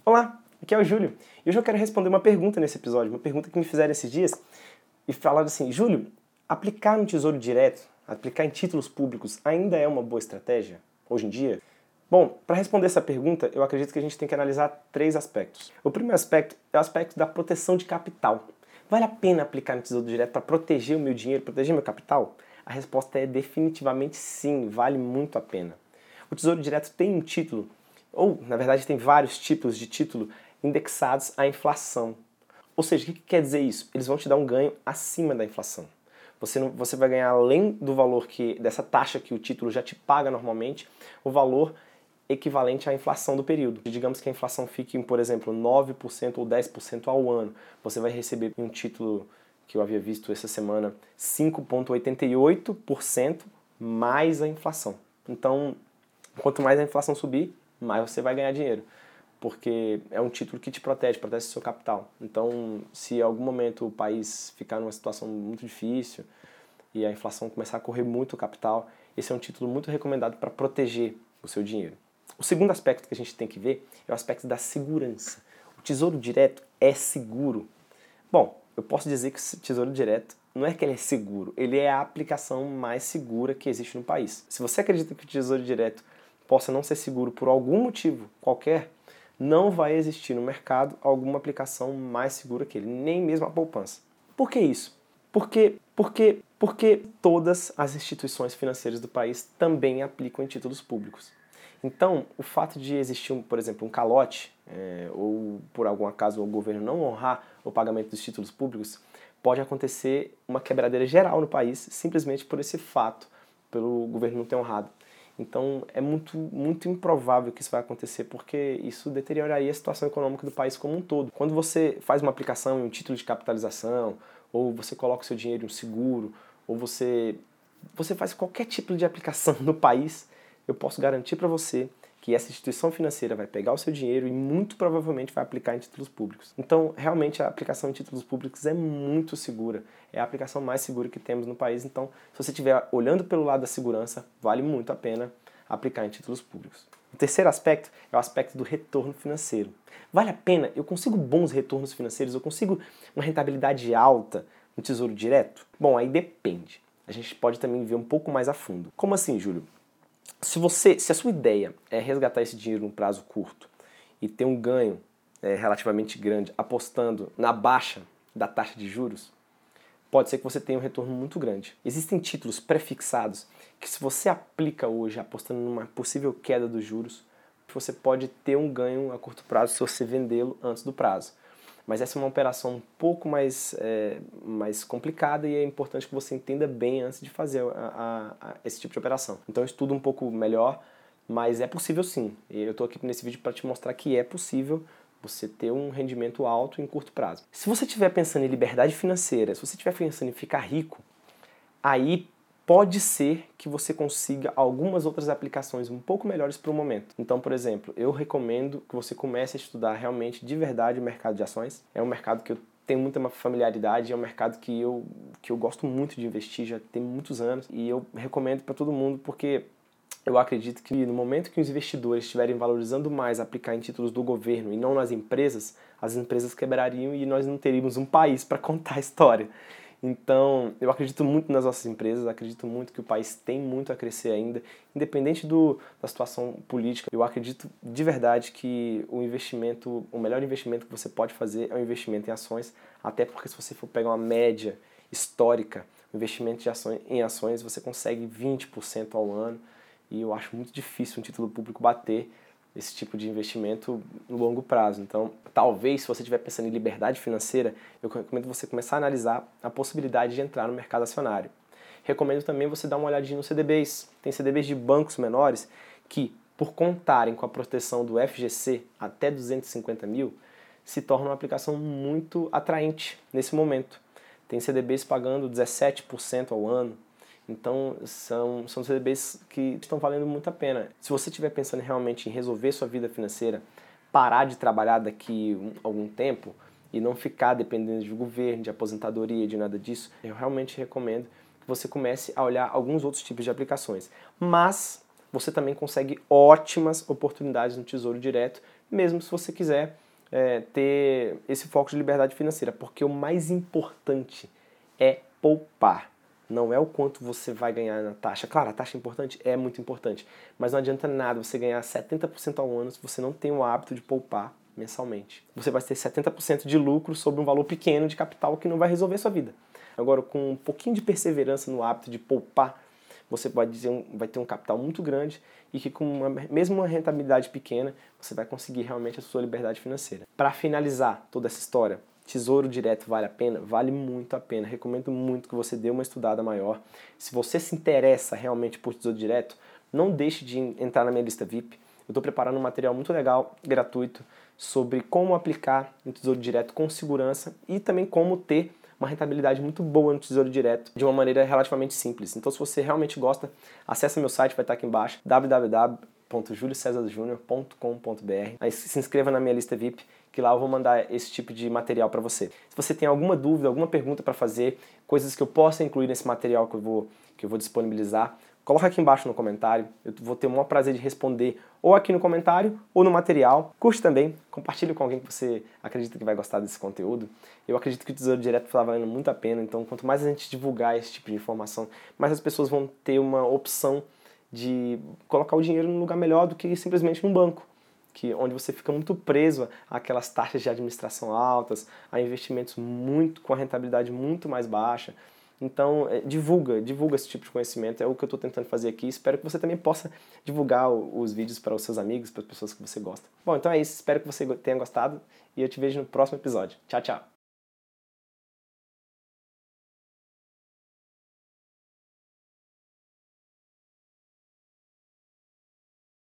Olá, aqui é o Júlio. E hoje eu quero responder uma pergunta nesse episódio, uma pergunta que me fizeram esses dias e falaram assim: Júlio, aplicar no Tesouro Direto, aplicar em títulos públicos ainda é uma boa estratégia hoje em dia? Bom, para responder essa pergunta, eu acredito que a gente tem que analisar três aspectos. O primeiro aspecto é o aspecto da proteção de capital. Vale a pena aplicar no Tesouro Direto para proteger o meu dinheiro, proteger meu capital? A resposta é definitivamente sim, vale muito a pena. O Tesouro Direto tem um título, ou na verdade tem vários tipos de título indexados à inflação. Ou seja, o que quer dizer isso? Eles vão te dar um ganho acima da inflação. Você vai ganhar além do valor dessa taxa que o título já te paga normalmente, o valor equivalente à inflação do período. Digamos que a inflação fique em, por exemplo, 9% ou 10% ao ano. Você vai receber um título que eu havia visto essa semana, 5,88% mais a inflação. Então, quanto mais a inflação subir, mais você vai ganhar dinheiro, porque é um título que te protege o seu capital. Então, se em algum momento o país ficar numa situação muito difícil e a inflação começar a correr muito o capital, esse é um título muito recomendado para proteger o seu dinheiro. O segundo aspecto que a gente tem que ver é o aspecto da segurança. O Tesouro Direto é seguro? Bom, eu posso dizer que o Tesouro Direto não é que ele é seguro, ele é a aplicação mais segura que existe no país. Se você acredita que o Tesouro Direto possa não ser seguro por algum motivo qualquer, não vai existir no mercado alguma aplicação mais segura que ele, nem mesmo a poupança. Por que isso? Porque todas as instituições financeiras do país também aplicam em títulos públicos. Então, o fato de existir, por exemplo, um calote, ou por algum acaso o governo não honrar o pagamento dos títulos públicos, pode acontecer uma quebradeira geral no país, simplesmente por esse fato, pelo governo não ter honrado. Então, é muito improvável que isso vai acontecer, porque isso deterioraria a situação econômica do país como um todo. Quando você faz uma aplicação em um título de capitalização, ou você coloca o seu dinheiro em um seguro, ou você faz qualquer tipo de aplicação no país, eu posso garantir para você que essa instituição financeira vai pegar o seu dinheiro e muito provavelmente vai aplicar em títulos públicos. Então, realmente, a aplicação em títulos públicos é muito segura. É a aplicação mais segura que temos no país. Então, se você estiver olhando pelo lado da segurança, vale muito a pena aplicar em títulos públicos. O terceiro aspecto é o aspecto do retorno financeiro. Vale a pena? Eu consigo bons retornos financeiros? Eu consigo uma rentabilidade alta no Tesouro Direto? Bom, aí depende. A gente pode também ver um pouco mais a fundo. Como assim, Júlio? Se a sua ideia é resgatar esse dinheiro num prazo curto e ter um ganho relativamente grande apostando na baixa da taxa de juros, pode ser que você tenha um retorno muito grande. Existem títulos prefixados que, se você aplica hoje apostando numa possível queda dos juros, você pode ter um ganho a curto prazo se você vendê-lo antes do prazo. Mas essa é uma operação um pouco mais complicada e é importante que você entenda bem antes de fazer esse tipo de operação. Então estuda um pouco melhor, mas é possível sim. Eu estou aqui nesse vídeo para te mostrar que é possível você ter um rendimento alto em curto prazo. Se você estiver pensando em liberdade financeira, se você estiver pensando em ficar rico, aí pode ser que você consiga algumas outras aplicações um pouco melhores para o momento. Então, por exemplo, eu recomendo que você comece a estudar realmente de verdade o mercado de ações. É um mercado que eu tenho muita familiaridade, é um mercado que eu gosto muito de investir, já tem muitos anos, e eu recomendo para todo mundo porque eu acredito que no momento que os investidores estiverem valorizando mais aplicar em títulos do governo e não nas empresas, as empresas quebrariam e nós não teríamos um país para contar a história. Então, eu acredito muito nas nossas empresas, acredito muito que o país tem muito a crescer ainda, independente da situação política. Eu acredito de verdade que o melhor investimento que você pode fazer é o investimento em ações, até porque se você for pegar uma média histórica, o investimento em ações você consegue 20% ao ano, e eu acho muito difícil um título público bater esse tipo de investimento no longo prazo. Então, talvez, se você estiver pensando em liberdade financeira, eu recomendo você começar a analisar a possibilidade de entrar no mercado acionário. Recomendo também você dar uma olhadinha nos CDBs. Tem CDBs de bancos menores que, por contarem com a proteção do FGC até 250 mil, se torna uma aplicação muito atraente nesse momento. Tem CDBs pagando 17% ao ano. Então, são CDBs que estão valendo muito a pena. Se você estiver pensando realmente em resolver sua vida financeira, parar de trabalhar daqui a algum tempo e não ficar dependendo de governo, de aposentadoria, de nada disso, eu realmente recomendo que você comece a olhar alguns outros tipos de aplicações. Mas você também consegue ótimas oportunidades no Tesouro Direto, mesmo se você quiser ter esse foco de liberdade financeira, porque o mais importante é poupar. Não é o quanto você vai ganhar na taxa. Claro, a taxa é importante? É muito importante. Mas não adianta nada você ganhar 70% ao ano se você não tem o hábito de poupar mensalmente. Você vai ter 70% de lucro sobre um valor pequeno de capital que não vai resolver a sua vida. Agora, com um pouquinho de perseverança no hábito de poupar, você vai ter um capital muito grande e que com mesmo uma rentabilidade pequena, você vai conseguir realmente a sua liberdade financeira. Para finalizar toda essa história, Tesouro Direto vale a pena? Vale muito a pena. Recomendo muito que você dê uma estudada maior. Se você se interessa realmente por Tesouro Direto, não deixe de entrar na minha lista VIP. Eu estou preparando um material muito legal, gratuito, sobre como aplicar no Tesouro Direto com segurança e também como ter uma rentabilidade muito boa no Tesouro Direto de uma maneira relativamente simples. Então, se você realmente gosta, acessa meu site, vai estar aqui embaixo, www.juliocesarjunior.com.br. Aí se inscreva na minha lista VIP, que lá eu vou mandar esse tipo de material para você. Se você tem alguma dúvida, alguma pergunta para fazer, coisas que eu possa incluir nesse material que eu vou disponibilizar, coloca aqui embaixo no comentário, eu vou ter o maior prazer de responder ou aqui no comentário ou no material. Curte também, compartilhe com alguém que você acredita que vai gostar desse conteúdo. Eu acredito que o Tesouro Direto está valendo muito a pena, então quanto mais a gente divulgar esse tipo de informação, mais as pessoas vão ter uma opção de colocar o dinheiro num lugar melhor do que simplesmente num banco, onde você fica muito preso àquelas taxas de administração altas, a investimentos com a rentabilidade muito mais baixa. Então, divulga esse tipo de conhecimento, é o que eu estou tentando fazer aqui. Espero que você também possa divulgar os vídeos para os seus amigos, para as pessoas que você gosta. Bom, então é isso, espero que você tenha gostado e eu te vejo no próximo episódio. Tchau, tchau!